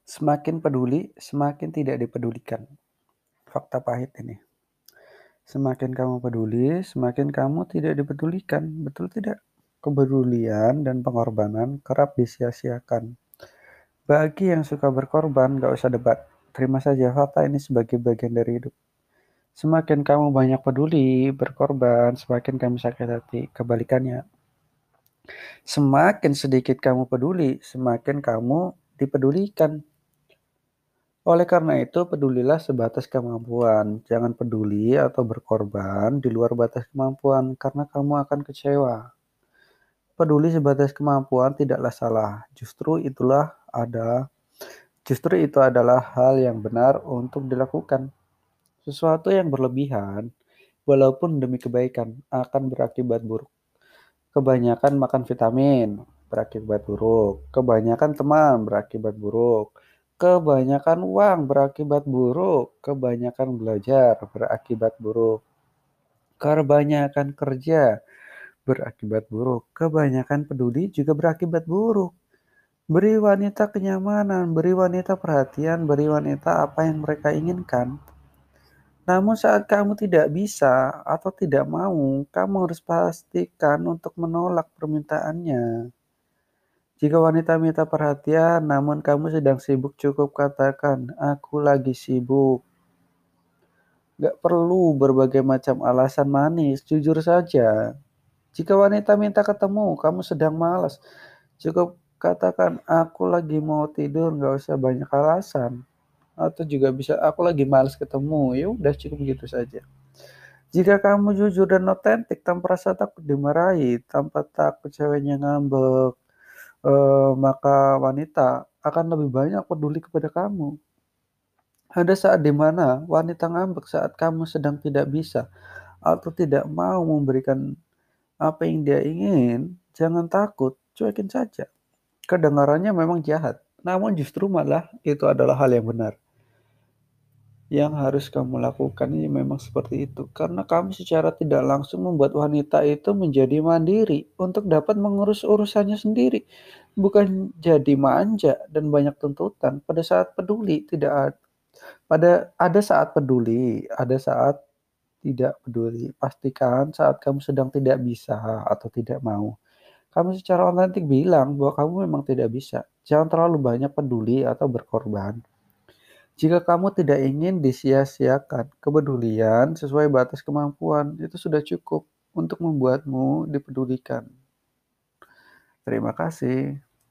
Semakin peduli, semakin tidak dipedulikan. Fakta pahit ini. Semakin kamu peduli, semakin kamu tidak dipedulikan. Betul tidak? Kepedulian dan pengorbanan kerap disia-siakan. Bagi yang suka berkorban, gak usah debat. Terima saja fakta ini sebagai bagian dari hidup. Semakin kamu banyak peduli, berkorban, semakin kamu sakit hati. Kebalikannya, semakin sedikit kamu peduli, semakin kamu dipedulikan. Oleh karena itu, pedulilah sebatas kemampuan. Jangan peduli atau berkorban di luar batas kemampuan, karena kamu akan kecewa. Peduli sebatas kemampuan tidaklah salah. Justru itu adalah hal yang benar untuk dilakukan. Sesuatu yang berlebihan, walaupun demi kebaikan, akan berakibat buruk. Kebanyakan makan vitamin berakibat buruk. Kebanyakan teman berakibat buruk. Kebanyakan uang berakibat buruk. Kebanyakan belajar berakibat buruk. Kebanyakan kerja berakibat buruk. Kebanyakan peduli juga berakibat buruk. Beri wanita kenyamanan, beri wanita perhatian, beri wanita apa yang mereka inginkan. Namun saat kamu tidak bisa atau tidak mau, kamu harus pastikan untuk menolak permintaannya. Jika wanita minta perhatian, namun kamu sedang sibuk, cukup katakan, "Aku lagi sibuk." Gak perlu berbagai macam alasan manis, jujur saja. Jika wanita minta ketemu, kamu sedang malas, cukup katakan, "Aku lagi mau tidur." Gak usah banyak alasan. Atau juga bisa, "Aku lagi malas ketemu." Ya udah, cukup gitu saja. Jika kamu jujur dan otentik tanpa rasa takut dimarahi, tanpa takut ceweknya ngambek, maka wanita akan lebih banyak peduli kepada kamu. Ada saat di mana wanita ngambek saat kamu sedang tidak bisa atau tidak mau memberikan apa yang dia ingin, jangan takut, cuekin saja. Kedengarannya memang jahat, namun justru malah itu adalah hal yang benar. Yang harus kamu lakukan ini memang seperti itu, karena kamu secara tidak langsung membuat wanita itu menjadi mandiri untuk dapat mengurus urusannya sendiri, bukan jadi manja dan banyak tuntutan. Pada saat peduli tidak ada saat peduli, ada saat tidak peduli. Pastikan saat kamu sedang tidak bisa atau tidak mau, kamu secara otentik bilang bahwa kamu memang tidak bisa. Jangan terlalu banyak peduli atau berkorban. Jika kamu tidak ingin disia-siakan, kepedulian sesuai batas kemampuan itu sudah cukup untuk membuatmu dipedulikan. Terima kasih.